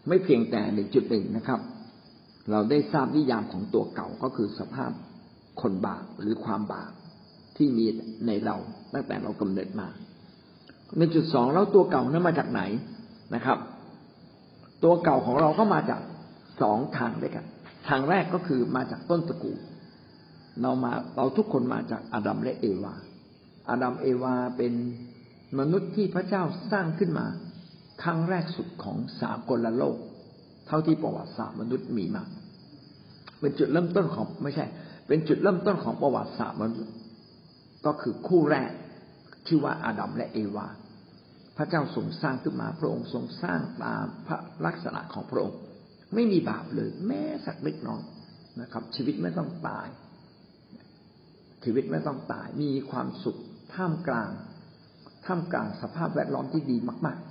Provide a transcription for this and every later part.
ไม่เพียงแต่ 1.1 นะครับเราได้ทราบนิยามของตัวเก่าก็คือสภาพคนบาปหรือความบาปที่มีในเราตั้งแต่เรากำเนิดมา 1.2 แล้วตัวเก่านั้นมาจากไหนนะครับตัวเก่าของเราก็มาจาก2ทางด้วยกันทางแรกก็คือมาจากต้นตระกูลเราทุกคนมาจากอาดัมและเอวาอาดัมเอวาเป็นมนุษย์ที่พระเจ้าสร้างขึ้นมาครั้งแรกสุดของสากลโลกเท่าที่ประวัติศาสตร์มนุษย์มีมาเป็นจุดเริ่มต้นของไม่ใช่เป็นจุดเริ่มต้นของประวัติศาสตร์มนุษย์ก็คือคู่แรกชื่อว่าอาดัมและเอวาพระเจ้าทรงสร้างขึ้นมาพระองค์ทรงสร้างตามพระลักษณะของพระองค์ไม่มีบาปเลยแม้สักเล็กน้อยนะครับชีวิตไม่ต้องตายชีวิตไม่ต้องตายมีความสุขท่ามกลางสภาพแวดล้อมที่ดีมาก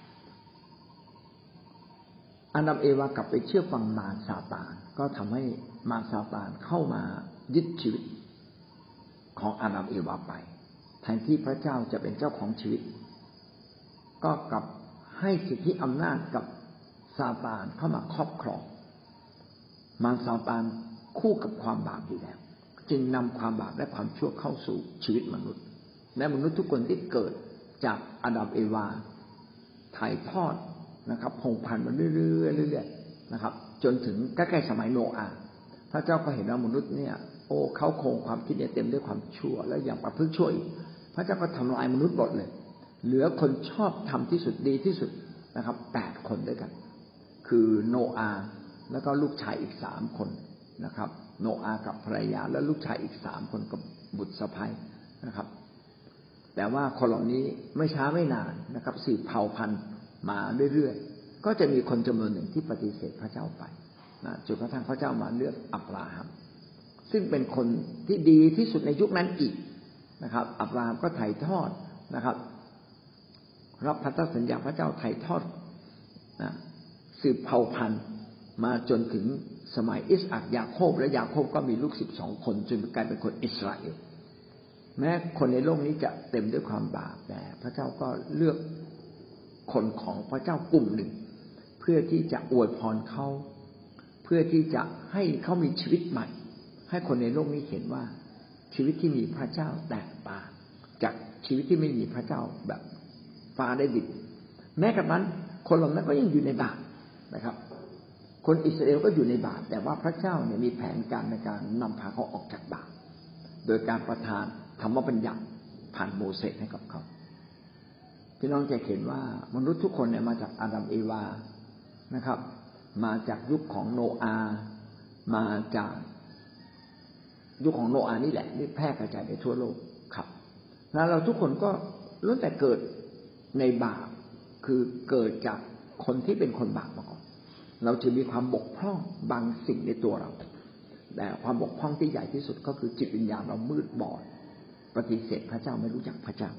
ๆอาดัมเอวากลับไปเชื่อฟังมารซาตานก็ทำให้มารซาตานเข้ามายึดชีวิตของอาดัมเอวาไปแทนที่พระเจ้าจะเป็นเจ้าของชีวิตก็กลับให้สิทธิอำนาจกับซาตานเข้ามาครอบครองมารซาตานคู่กับความบาปอยู่แล้วจึงนำความบาปและความชั่วเข้าสู่ชีวิตมนุษย์และมนุษย์ทุกคนที่เกิดจากอาดัมเอวาถ่ายทอดนะครับพงศ์พันธุ์มาเรื่อยๆนะครับจนถึงใกล้ๆสมัยโนอาห์พระเจ้าก็เห็นว่ามนุษย์เนี่ยเขาคงความคิดเนี่ยเต็มด้วยความชั่วและอย่างประพฤติชั่วอีกพระเจ้าก็ทำลายมนุษย์หมดเลยเหลือคนชอบทำที่สุดดีที่สุดนะครับ8 คนด้วยกันคือโนอาห์แล้วก็ลูกชายอีก3 คนนะครับโนอาห์กับภรรยาและลูกชายอีก3 คนกับบุตรสะใภ้นะครับแต่ว่าคนเหล่านี้ไม่ช้าไม่นานนะครับสืบเผ่าพันธุ์มาเรื่อยๆก็จะมีคนจำนวนหนึ่งที่ปฏิเสธพระเจ้าไปนะจนกระทั่งพระเจ้ามาเลือกอับราฮัมซึ่งเป็นคนที่ดีที่สุดในยุคนั้นอีกนะครับอับราฮัมก็ถ่ายทอดนะครับรับพันธสัญญาพระเจ้าถ่ายทอดนะสืบเผ่าพันธุ์มาจนถึงสมัยอิสอัคยาโคบและยาโคบก็มีลูก12 คนจนกลายเป็นคนอิสราเอลแม้คนในโลกนี้จะเต็มด้วยความบาปแต่พระเจ้าก็เลือกคนของพระเจ้ากลุ่มหนึ่งเพื่อที่จะอวยพรเขาเพื่อที่จะให้เขามีชีวิตใหม่ให้คนในโลกนี้เห็นว่าชีวิตที่มีพระเจ้าแตกต่างจากชีวิตที่ไม่มีพระเจ้าแบบฟ้าได้ดิบแม้กระนั้นคนเหล่านั้นก็ยังอยู่ในบาปนะครับคนอิสราเอลก็อยู่ในบาปแต่ว่าพระเจ้าเนี่ยมีแผนการในการนำพาเขาออกจากบาปโดยการประทานธรรมบัญญัติผ่านโมเสสให้กับเขาพี่น้องจะเห็นว่ามนุษย์ทุกคนเนี่ยมาจากอาดัมเอวานะครับมาจากยุคของโนอาห์มาจากยุคของโนอาห์นี่แหละที่แพร่กระจายไปทั่วโลกครับแล้วเราทุกคนก็ล้วนแต่เกิดในบาปคือเกิดจากคนที่เป็นคนบาปมาก่อนเราจะมีความบกพร่องบางสิ่งในตัวเราแต่ความบกพร่องที่ใหญ่ที่สุดก็คือจิตวิญญาณเรามืดบอดปฏิเสธพระเจ้าไม่รู้จักพระเจ้า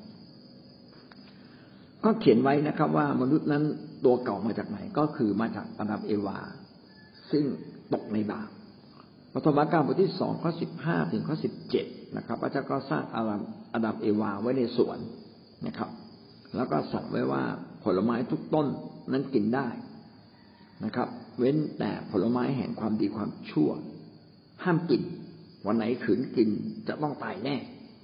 ก็เขียนไว้นะครับว่ามนุษย์นั้นตัวเก่ามาจากไหนก็คือมาจากอาดัมเอวาซึ่งตกในบาปปฐมกาลบทที่2ข้อ15ถึงข้อ17นะครับพระเจ้าก็สร้างอาดัมเอวาไว้ในสวนนะครับแล้วก็สั่งไว้ว่าผลไม้ทุกต้นนั้นกินได้นะครับเว้นแต่ผลไม้แห่งความดีความชั่วห้ามกินวันไหนขืนกินจะต้องตายแน่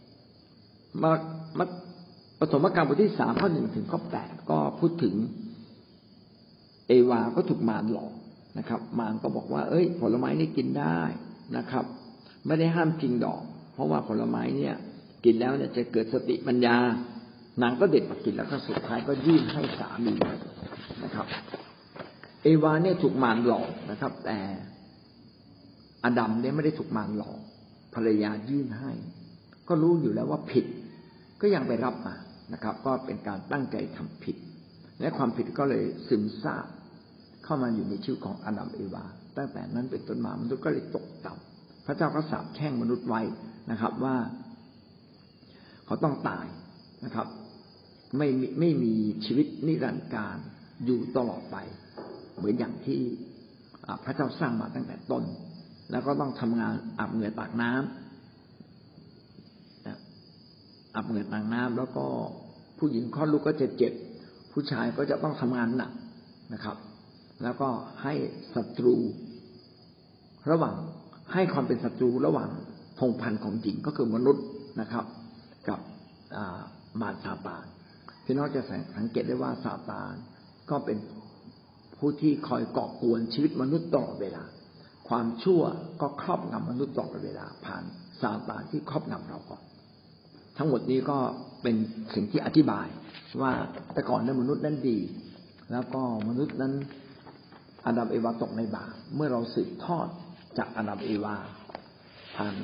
มาปฐมกาลบทที่3ข้อ1ถึงข้อ8ก็พูดถึงเอวาก็ถูกมารหลอกนะครับมารก็บอกว่าผลไม้นี่กินได้นะครับไม่ได้ห้ามกินดอกเพราะว่าผลไม้เนี่ยกินแล้วเนี่ยจะเกิดสติปัญญานางก็เด็ดมากินแล้วก็สุดท้ายก็ยื่นให้สามีนะครับเอวาเนี่ยถูกมารหลอกนะครับแต่อาดัมเนี่ยไม่ได้ถูกมารหลอกภรรยายื่นให้ก็รู้อยู่แล้วว่าผิดก็ยังไปรับมานะครับก็เป็นการตั้งใจทำผิดและความผิดก็เลยซึมซาบเข้ามาอยู่ในชีวิตของอาดัมเอวาตั้งแต่นั้นเป็นต้นมามนุษย์ก็เลยตกต่ำพระเจ้าก็สาปแช่งมนุษย์ไว้นะครับว่าเขาต้องตายนะครับไม่มีชีวิตนิรันดร์การอยู่ตลอดไปเหมือนอย่างที่พระเจ้าสร้างมาตั้งแต่ต้นแล้วก็ต้องทำงานอาบเหงื่อตากน้ำอาบเหงื่อตากน้ำแล้วก็ผู้หญิงคลอดลูกก็จะเจ็บผู้ชายก็จะต้องทำงานหนักนะครับแล้วก็ให้ศัตรูระหว่างให้ความเป็นศัตรูระหว่างพงศ์พันธุ์ของหญิงก็คือมนุษย์นะครับกับมารซาตานพี่น้องจะสังเกตได้ว่าซาตานก็เป็นผู้ที่คอยก่อกวนชีวิตมนุษย์ตลอดเวลาความชั่วก็ครอบงำมนุษย์ตลอดเวลาผ่านซาตานที่ครอบงำเราก่อนทั้งหมดนี้ก็เป็นสิ่งที่อธิบายว่าแต่ก่อนนั้นมนุษย์นั้นดีแล้วก็มนุษย์นั้นอาดัมเอวาตกในบาปเมื่อเราสืบทอดจากอาดัมเอวาผ่าน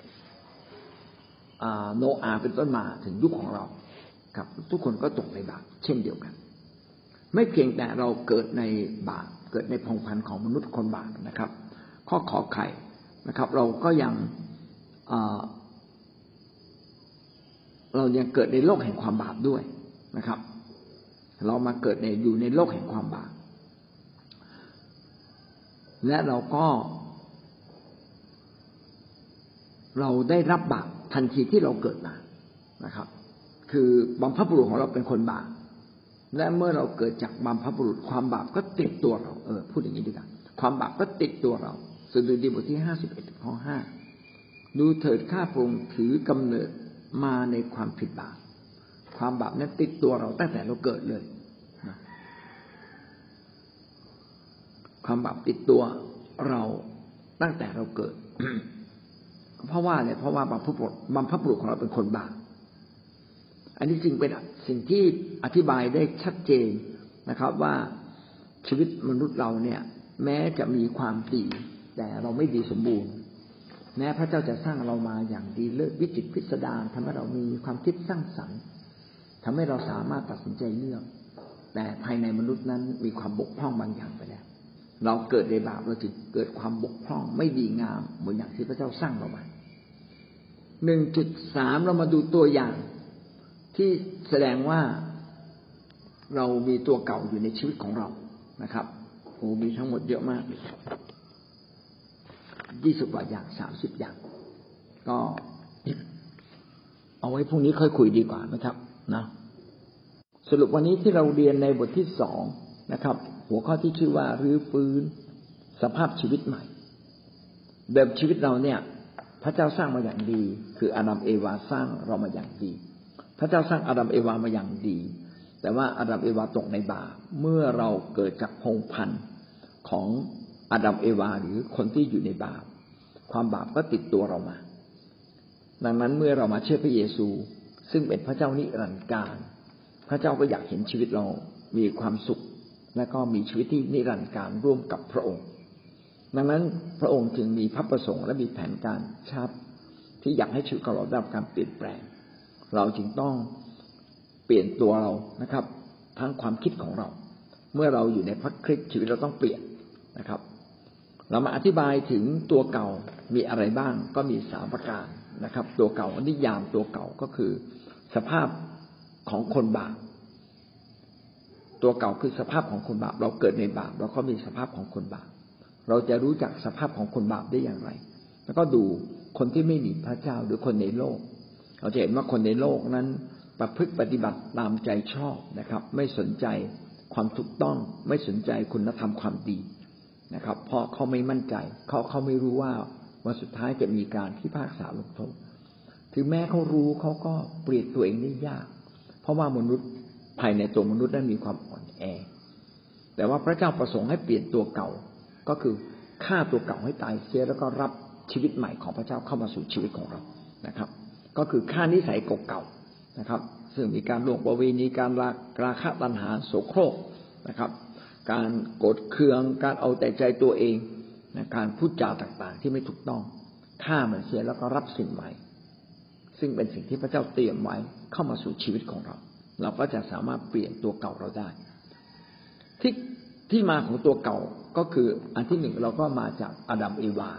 โนอาห์เป็นต้นมาถึงยุคของเราครับทุกคนก็ตกในบาปเช่นเดียวกันไม่เพียงแต่เราเกิดในบาปเกิดในพงศ์พันธุ์ของมนุษย์คนบาปนะครับข้อขอไข่นะครับเราก็ยังเกิดในโลกแห่งความบาปด้วยนะครับเรามาเกิดอยู่ในโลกแห่งความบาปและเราได้รับบาปทันทีที่เราเกิดมานะครับคือบรรพบุรุษของเราเป็นคนบาปและเมื่อเราเกิดจากบรรพบุรุษความบาปก็ติดตัวเราพูดอย่างนี้ดีกว่าความบาปก็ติดตัวเราสดุดีบทที่51ข้อ5ดูเถิดข้าพระองค์ถือกำเนิดมาในความผิดบาปความบาปนั้นติดตัวเราตั้งแต่เราเกิดเลยนะความบาปติดตัวเราตั้งแต่เราเกิด เพราะว่าบรรพบุรุษของเราเป็นคนบาปอันนี้จึงเป็นสิ่งที่อธิบายได้ชัดเจนนะครับว่าชีวิตมนุษย์เราเนี่ยแม้จะมีความดีแต่เราไม่ดีสมบูรณ์แม้พระเจ้าจะสร้างเรามาอย่างดีเลิศวิจิตรพิสดารทำให้เรามีความคิดสร้างสรรค์ทำให้เราสามารถตัดสินใจเลือกแต่ภายในมนุษย์นั้นมีความบกพร่องบางอย่างไปแล้วเราเกิดในบาปเราจึงเกิดความบกพร่องไม่ดีงามเหมือนอย่างที่พระเจ้าสร้างเรามา 1.3 เรามาดูตัวอย่างที่แสดงว่าเรามีตัวเก่าอยู่ในชีวิตของเรานะครับมีทั้งหมดเยอะมาก20 กว่าอย่าง30 อย่างก็เอาไว้พรุ่งนี้ค่อยคุยดีกว่านะครับนะสรุปวันนี้ที่เราเรียนในบทที่2นะครับหัวข้อที่ชื่อว่ารื้อฟื้นสภาพชีวิตใหม่เดิมชีวิตเราเนี่ยพระเจ้าสร้างมาอย่างดีคืออาดัมเอวาสร้างเรามาอย่างดีพระเจ้าสร้างอาดัมเอวามาอย่างดีแต่ว่าอาดัมเอวาตกในบาปเมื่อเราเกิดจากพงศ์พันธุ์ของอาดัมเอวาหรือคนที่อยู่ในบาปความบาปก็ติดตัวเรามาดังนั้นเมื่อเรามาเชื่อพระเยซูซึ่งเป็นพระเจ้านิรันดร์กาลพระเจ้าก็อยากเห็นชีวิตเรามีความสุขและก็มีชีวิตที่นิรันดร์กาลร่วมกับพระองค์ดังนั้นพระองค์จึงมีพระประสงค์และมีแผนการชัดที่อยากให้ชีวิตของเราได้รับการเปลี่ยนแปลงเราจึงต้องเปลี่ยนตัวเรานะครับทั้งความคิดของเราเมื่อเราอยู่ในพระคริสต์ชีวิตเราต้องเปลี่ยนนะครับเรามาอธิบายถึงตัวเก่ามีอะไรบ้างก็มี3 ประการนะครับตัวเก่านิยามตัวเก่าก็คือสภาพของคนบาปตัวเก่าคือสภาพของคนบาปเราเกิดในบาปเราก็มีสภาพของคนบาปเราจะรู้จักสภาพของคนบาปได้อย่างไรแล้วก็ดูคนที่ไม่มีพระเจ้าหรือคนในโลกเราจะเห็นว่าคนในโลกนั้นประพฤติปฏิบัติตามใจชอบนะครับไม่สนใจความถูกต้องไม่สนใจคุณธรรมความดีนะครับเพราะเขาไม่มั่นใจเขาไม่รู้ว่าวันสุดท้ายจะมีการพิพากษาลงโทษถึงแม้เขารู้เขาก็เปลี่ยนตัวเองได้ยากเพราะว่ามนุษย์ภายในตัวมนุษย์นั้นมีความอ่อนแอแต่ว่าพระเจ้าประสงค์ให้เปลี่ยนตัวเก่าก็คือฆ่าตัวเก่าให้ตายเสียแล้วก็รับชีวิตใหม่ของพระเจ้าเข้ามาสู่ชีวิตของเรานะครับก็คือฆ่านิสัยเก่าๆนะครับซึ่งมีการล่วงประเวณีการราคะตัณหาโสโครกนะครับการโกรธเคืองการเอาแต่ใจตัวเองนะการพูดจาต่างๆที่ไม่ถูกต้องฆ่ามันเสียแล้วก็รับสิ่งใหม่ซึ่งเป็นสิ่งที่พระเจ้าเตรียมไว้เข้ามาสู่ชีวิตของเราเราก็จะสามารถเปลี่ยนตัวเก่าเราได้ที่มาของตัวเก่าก็คืออันที่ 1เราก็มาจากอาดัมเอวา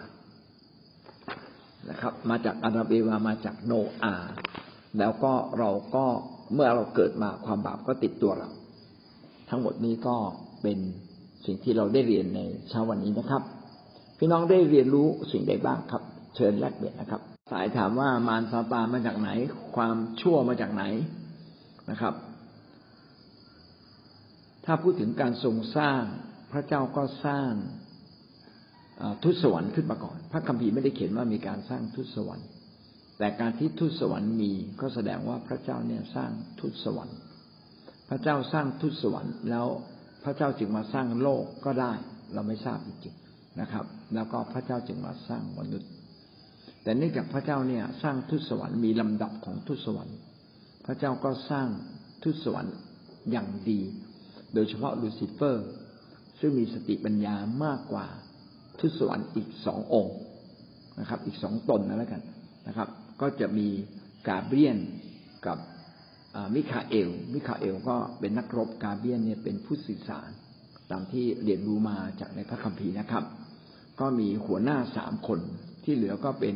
นะครับมาจากอาดัมเอวามาจากโนอาห์แล้วก็เราก็เมื่อเราเกิดมาความบาปก็ติดตัวเราทั้งหมดนี้ก็เป็นสิ่งที่เราได้เรียนในเช้าวันนี้นะครับพี่น้องได้เรียนรู้สิ่งใดบ้างครับเชิญแลกเปลี่ยนนะครับสายถามว่ามารซาตานมาจากไหนความชั่วมาจากไหนนะครับถ้าพูดถึงการทรงสร้างพระเจ้าก็สร้างทูตสวรรค์ขึ้นมาก่อนพระคัมภีร์ไม่ได้เขียนว่ามีการสร้างทูตสวรรค์แต่การที่ทูตสวรรค์มีก็แสดงว่าพระเจ้าเนี่ยสร้างทูตสวรรค์พระเจ้าสร้างทูตสวรรค์แล้วพระเจ้าจึงมาสร้างโลกก็ได้เราไม่ทราบจริงๆนะครับแล้วก็พระเจ้าจึงมาสร้างมนุษย์แต่เนื่องจากพระเจ้าเนี่ยสร้างทูตสวรรค์มีลำดับของทูตสวรรค์พระเจ้าก็สร้างทูตสวรรค์อย่างดีโดยเฉพาะลูซิเฟอร์ซึ่งมีสติปัญญามากกว่าทูตสวรรค์อีก2 องค์นะครับอีก2 ตนนะแล้วกันนะครับก็จะมีกาเบรียลกับมิคาเอลก็เป็นนักรบกาเบรียลเนี่ยเป็นผู้สื่อสารตามที่เรียนรู้มาจากในพระคัมภีร์นะครับก็มีหัวหน้า3 คนที่เหลือก็เป็น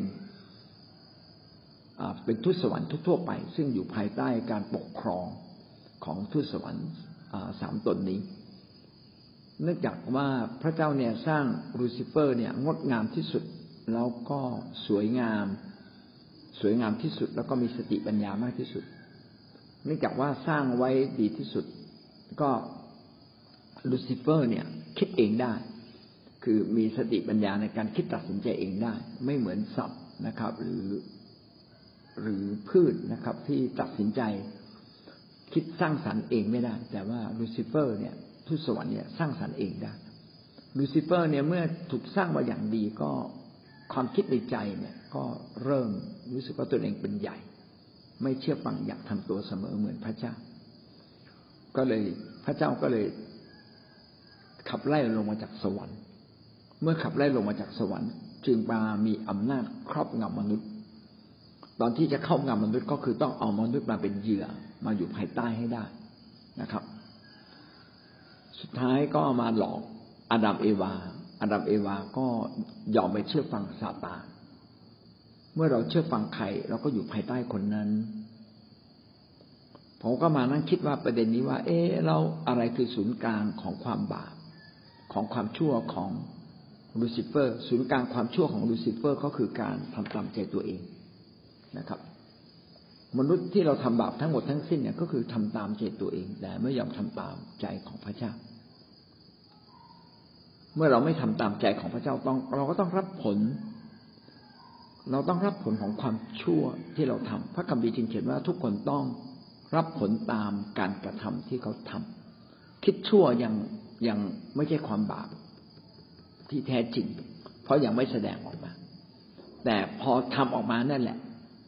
ทูตสวรรค์ทั่วๆไปซึ่งอยู่ภายใต้การปกครองของทูตสวรรค์3 ตนนี้เนื่องจากว่าพระเจ้าเนี่ยสร้างลูซิเฟอร์เนี่ยงดงามที่สุดแล้วก็สวยงามที่สุดแล้วก็มีสติปัญญามากที่สุดเนื่องจากว่าสร้างไว้ดีที่สุดก็ลูซิเฟอร์เนี่ยคิดเองได้คือมีสติปัญญาในการคิดตัดสินใจเองได้ไม่เหมือนสัตว์นะครับหรือพืชนะครับที่ตัดสินใจคิดสร้างสรรค์เองไม่ได้แต่ว่าลูซิเฟอร์เนี่ยทูตสวรรค์เนี่ยสร้างสรรค์เองได้ลูซิเฟอร์เนี่ยเมื่อถูกสร้างมาอย่างดีก็ความคิดในใจเนี่ยก็เริ่มรู้สึกว่าตัวเองเป็นใหญ่ไม่เชื่อฟังอยากทำตัวเสมอเหมือนพระเจ้าก็เลยพระเจ้าก็เลยขับไล่ลงมาจากสวรรค์เมื่อขับไล่ลงมาจากสวรรค์จึงมามีอำนาจครอบงำมนุษย์ตอนที่จะครอบงำมนุษย์ก็คือต้องเอามนุษย์มาเป็นเหยื่อมาอยู่ภายใต้ให้ได้นะครับสุดท้ายก็มาหลอกอาดัมเอวาก็ยอมไปเชื่อฟังซาตานเมื่อเราเชื่อฟังใครเราก็อยู่ภายใต้คนนั้นผมก็มานั่งคิดว่าประเด็นนี้ว่าเราอะไรคือศูนย์กลางของความบาปของความชั่วของลูซิเฟอร์ศูนย์กลางความชั่วของลูซิเฟอร์ก็คือการทำตามใจตัวเองนะครับมนุษย์ที่เราทำบาปทั้งหมดทั้งสิ้นเนี่ยก็คือทำตามใจตัวเองแต่ไม่ยอมทำตามใจของพระเจ้าเมื่อเราไม่ทำตามใจของพระเจ้าเราก็ต้องรับผลของความชั่วที่เราทำพระคัมภีร์จึงเขียนว่าทุกคนต้องรับผลตามการกระทำที่เขาทำคิดชั่วยังไม่ใช่ความบาปที่แท้จริงเพราะยังไม่แสดงออกมาแต่พอทำออกมานั่นแหละ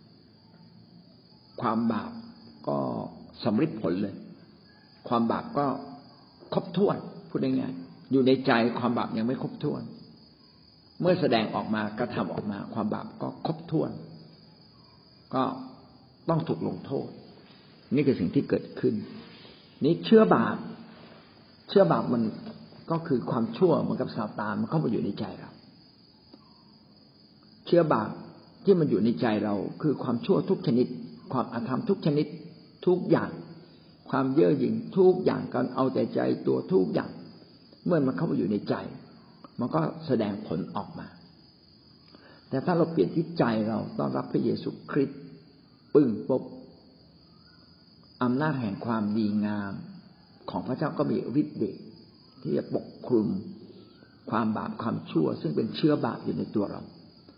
ความบาปก็สำเร็จผลเลยความบาปก็ครบถ้วนพูดง่ายๆอยู่ในใจความบาปยังไม่ครบถ้วนเมื่อแสดงออกมากระทำออกมาความบาปก็ครบถ้วนก็ต้องถูกลงโทษนี่คือสิ่งที่เกิดขึ้นนี่เชื่อบาปมันก็คือความชั่วเหมือนกับซาตานมันเข้ามาอยู่ในใจเราเชื่อบาปที่มันอยู่ในใจเราคือความชั่วทุกชนิดความอธรรมทุกชนิดทุกอย่างความเย่อหยิ่งทุกอย่างการเอาแต่ใจตัวทุกอย่างเมื่อมันเข้ามาอยู่ในใจมันก็แสดงผลออกมาแต่ถ้าเราเปลี่ยนที่ใจเราต้อนรับพระเยซูคริสต์ปึ้งปุ๊บอำนาจแห่งความดีงามของพระเจ้าก็มีฤทธิ์เดชที่จะปกคลุมความบาปความชั่วซึ่งเป็นเชื้อบาปอยู่ในตัวเรา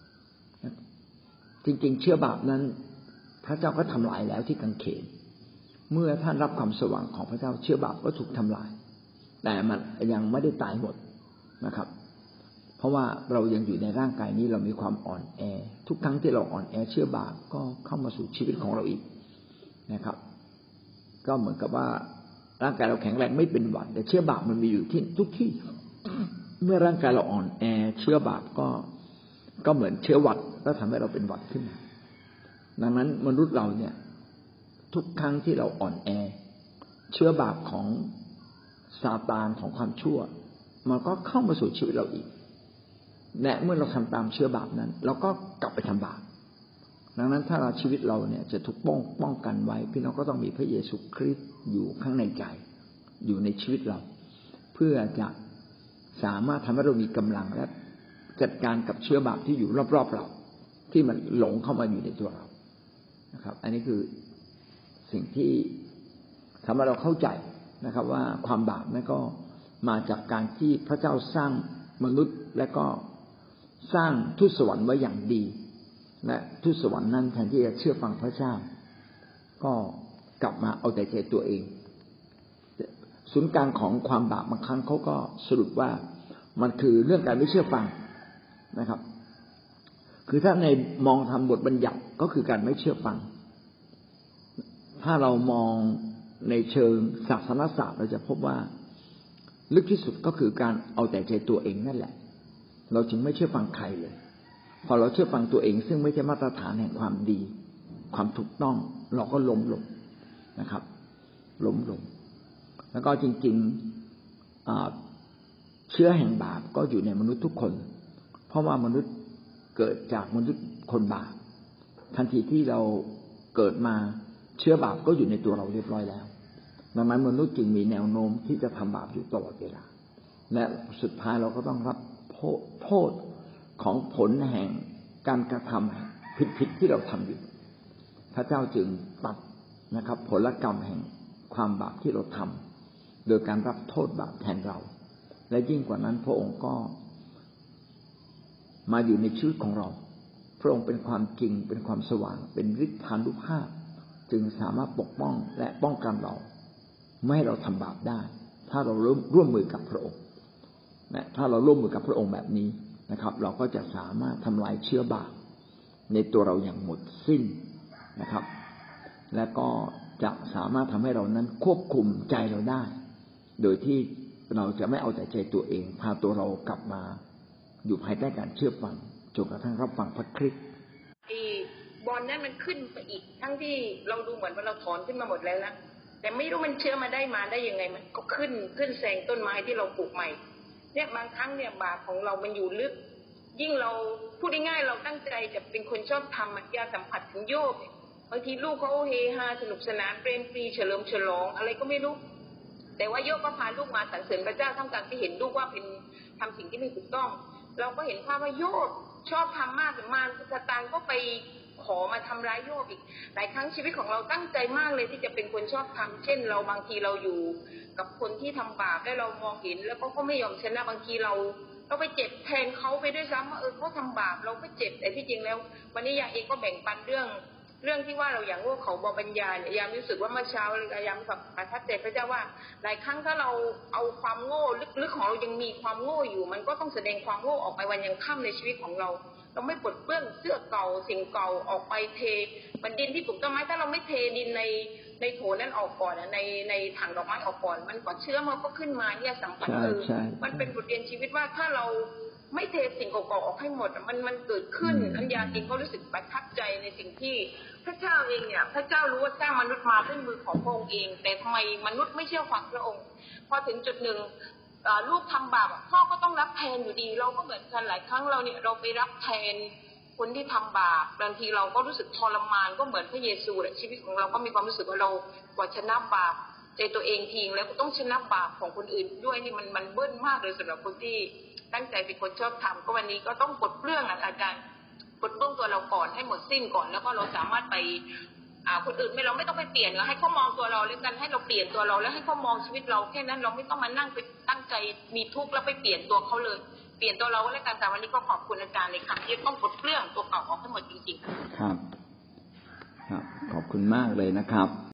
จริงๆเชื้อบาปนั้นพระเจ้าก็ทำลายแล้วที่กางเขนเมื่อท่านรับความสว่างของพระเจ้าเชื้อบาปก็ถูกทำลายแต่มันยังไม่ได้ตายหมดนะครับเพราะว่าเรายังอยู่ในร่างกายนี้เรามีความอ่อนแอทุกครั้งที่เราอ่อนแอเชื้อบาปก็เข้ามาสู่ชีวิตของเราอีกนะครับก็เหมือนกับว่าร่างกายเราแข็งแรงไม่เป็นหวัดแต่เชื้อบาปมันมีอยู่ที่ทุกที่เมื่อร่างกายเราอ่อนแอเชื้อบาปก็เหมือนเชื้อหวัดแล้วทำให้เราเป็นหวัดขึ้นดังนั้นมนุษย์เราเนี่ยทุกครั้งที่เราอ่อนแอเชื้อบาปของซาตานของความชั่วมันก็เข้ามาสู่ชีวิตเราอีกและเมื่อเราทำตามเชื้อบาปนั้นเราก็กลับไปทำบาปดังนั้นถ้าชีวิตเราเนี่ยจะถูกป้องกันไว้พี่น้องก็ต้องมีพระเยซูคริสต์อยู่ข้างในใจอยู่ในชีวิตเราเพื่อจะสามารถทำให้เรามีกำลังและจัดการกับเชื้อบาปที่อยู่รอบๆเราที่มันหลงเข้ามาอยู่ในตัวเรานะครับอันนี้คือสิ่งที่ทำให้เราเข้าใจนะครับว่าความบาปนั่นก็มาจากการที่พระเจ้าสร้างมนุษย์และก็สร้างทูตสวรรค์ไว้อย่างดีและทูตสวรรค์นั้นแทนที่จะเชื่อฟังพระเจ้าก็กลับมาเอาแต่ใจตัวเองศูนย์กลางของความบาปบางครั้งเขาก็สรุปว่ามันคือเรื่องการไม่เชื่อฟังนะครับคือถ้าในมองทำบทบัญญัติก็คือการไม่เชื่อฟังถ้าเรามองในเชิงศาสนศาสตร์เราจะพบว่าลึกที่สุดก็คือการเอาแต่ใจตัวเองนั่นแหละเราจึงไม่เชื่อฟังใครเลยพอเราเชื่อฟังตัวเองซึ่งไม่ใช่มาตรฐานแห่งความดีความถูกต้องเราก็ล้มลงนะครับล้มลงแล้วก็จริงๆเชื้อแห่งบาปก็อยู่ในมนุษย์ทุกคนเพราะว่ามนุษย์เกิดจากมนุษย์คนบาปทันทีที่เราเกิดมาเชื้อบาปก็อยู่ในตัวเราเรียบร้อยแล้วดังนั้นมนุษย์จึงมีแนวโน้มที่จะทำบาปอยู่ตลอดเวลาและสุดท้ายเราก็ต้องรับโทษของผลแห่งการกระทำผิดๆที่เราทำอยู่พระเจ้าจึงตัดนะครับผลกรรมแห่งความบาปที่เราทำโดยการรับโทษบาปแทนเราและยิ่งกว่านั้นพระองค์ก็มาอยู่ในชีวิตของเราพระองค์เป็นความจริงเป็นความสว่างเป็นฤทธานุภาพจึงสามารถปกป้องและป้องกันเราไม่ให้เราทำบาปได้ถ้าเราร่วมมือกับพระองค์และถ้าเราร่วมมือกับพระองค์แบบนี้นะครับเราก็จะสามารถทำลายเชื้อบาปในตัวเราอย่างหมดสิ้นนะครับและก็จะสามารถทำให้เรานั้นควบคุมใจเราได้โดยที่เราจะไม่เอาแต่ใจตัวเองพาตัวเรากลับมาอยู่ภายใต้การเชื่อฟังจนกระทั่งรับฟังพระคริสต์บอลนั้นมันขึ้นไปอีกทั้งที่เราดูเหมือนว่าเราถอนขึ้นมาหมดแล้วนะแต่ไม่รู้มันเชื้อมาได้ยังไงมันก็ขึ้นแซงต้นไม้ที่เราปลูกใหม่เนี่ยบางครั้งเนี่ยบาปของเรามันอยู่ลึกยิ่งเราพูดง่ายๆเราตั้งใจจะเป็นคนชอบทำอยากสัมผัสถึงโยบบางทีลูกเขาเฮฮาสนุกสนานเปรมปรีเฉลิมฉลองอะไรก็ไม่รู้แต่ว่าโยบก็พาลูกมาสรรเสริญพระเจ้าท่ามกลางที่เห็นลูกว่าเป็นทำสิ่งที่ไม่ถูกต้องเราก็เห็นภาพว่าโยบชอบทำมากแต่มารซาตานก็ไปขอมาทำร้ายโยบอีกหลายครั้งชีวิตของเราตั้งใจมากเลยที่จะเป็นคนชอบทำเช่นเราบางทีเราอยู่กับคนที่ทำบาปแล้วเรามองเห็นแล้วก็ไม่ยอมชนะบางทีเราไปเจ็บแทนเขาไปด้วยซ้ำว่าเขาทำบาปเราก็เจ็บแต่ที่จริงแล้ววันนี้ยาเองก็แบ่งปันเรื่องที่ว่าเราอย่างโง่เขาบอปัญญาเนี่ยยามรู้สึกว่าเมื่อเช้ายามประทับใจพระเจ้าว่าหลายครั้งถ้าเราเอาความโง่ลึกๆของเรายังมีความโง่อยู่มันก็ต้องแสดงความโง่ออกไปวันยังค่ำในชีวิตของเราไม่ปลดเปลื้องเสื้อเก่าสิ่งเก่าออกไปเทมันดินที่ปลูกต้นไม้ถ้าเราไม่เทดินในโถนั้นออกก่อนในถังดอกไม้ออกก่อนมันก็เชื้อมันก็ขึ้นมาเนี่ยสัมผัสมันเป็นบทเรียนชีวิตว่าถ้าเราไม่เทสิ่งเก่าๆออกให้หมดมันเกิดขึ้นอัญญาเองก็รู้สึกประทับใจในสิ่งที่พระเจ้าเองเนี่ยพระเจ้ารู้ว่าสร้างมนุษย์มาด้วยมือของพระองค์เองแต่ทำไมมนุษย์ไม่เชื่อฟังพระองค์พอถึงจุดหนึ่งลูกทำบาปพ่อก็ต้องรับแทนอยู่ดีเราก็เหมือนกันหลายครั้งเราไปรับแทนคนที่ทำบาปบางทีเราก็รู้สึกทรมานก็เหมือนพระเยซูแหละชีวิตของเราก็มีความรู้สึกว่าเรากว่าชนะบาปใจตัวเองทิ้งแล้วก็ต้องชนะบาปของคนอื่นด้วยนี่มันเบิ้ลมากเลยสำหรับคนที่ตั้งใจเป็นคนชอบทำก็วันนี้ก็ต้องปลดเปลื้องอาจารย์ปลดเปลื้องตัวเราก่อนให้หมดสิ้นก่อนแล้วก็เราสามารถไปคนอื่นเราไม่ต้องไปเปลี่ยนแล้วให้เขามองตัวเราแล้วกันให้เราเปลี่ยนตัวเราแล้วให้เขามองชีวิตเราแค่นั้นเราไม่ต้องมานั่งไปตั้งใจมีทุกข์แล้วไปเปลี่ยนตัวเขาเลยเปลี่ยนตัวเราแล้วกันแต่วันนี้ก็ขอบคุณอาจารย์เลยค่ะที่ต้องปลดเปลื้องตัวเก่าออกให้หมดจริงๆครับขอบคุณมากเลยนะครับ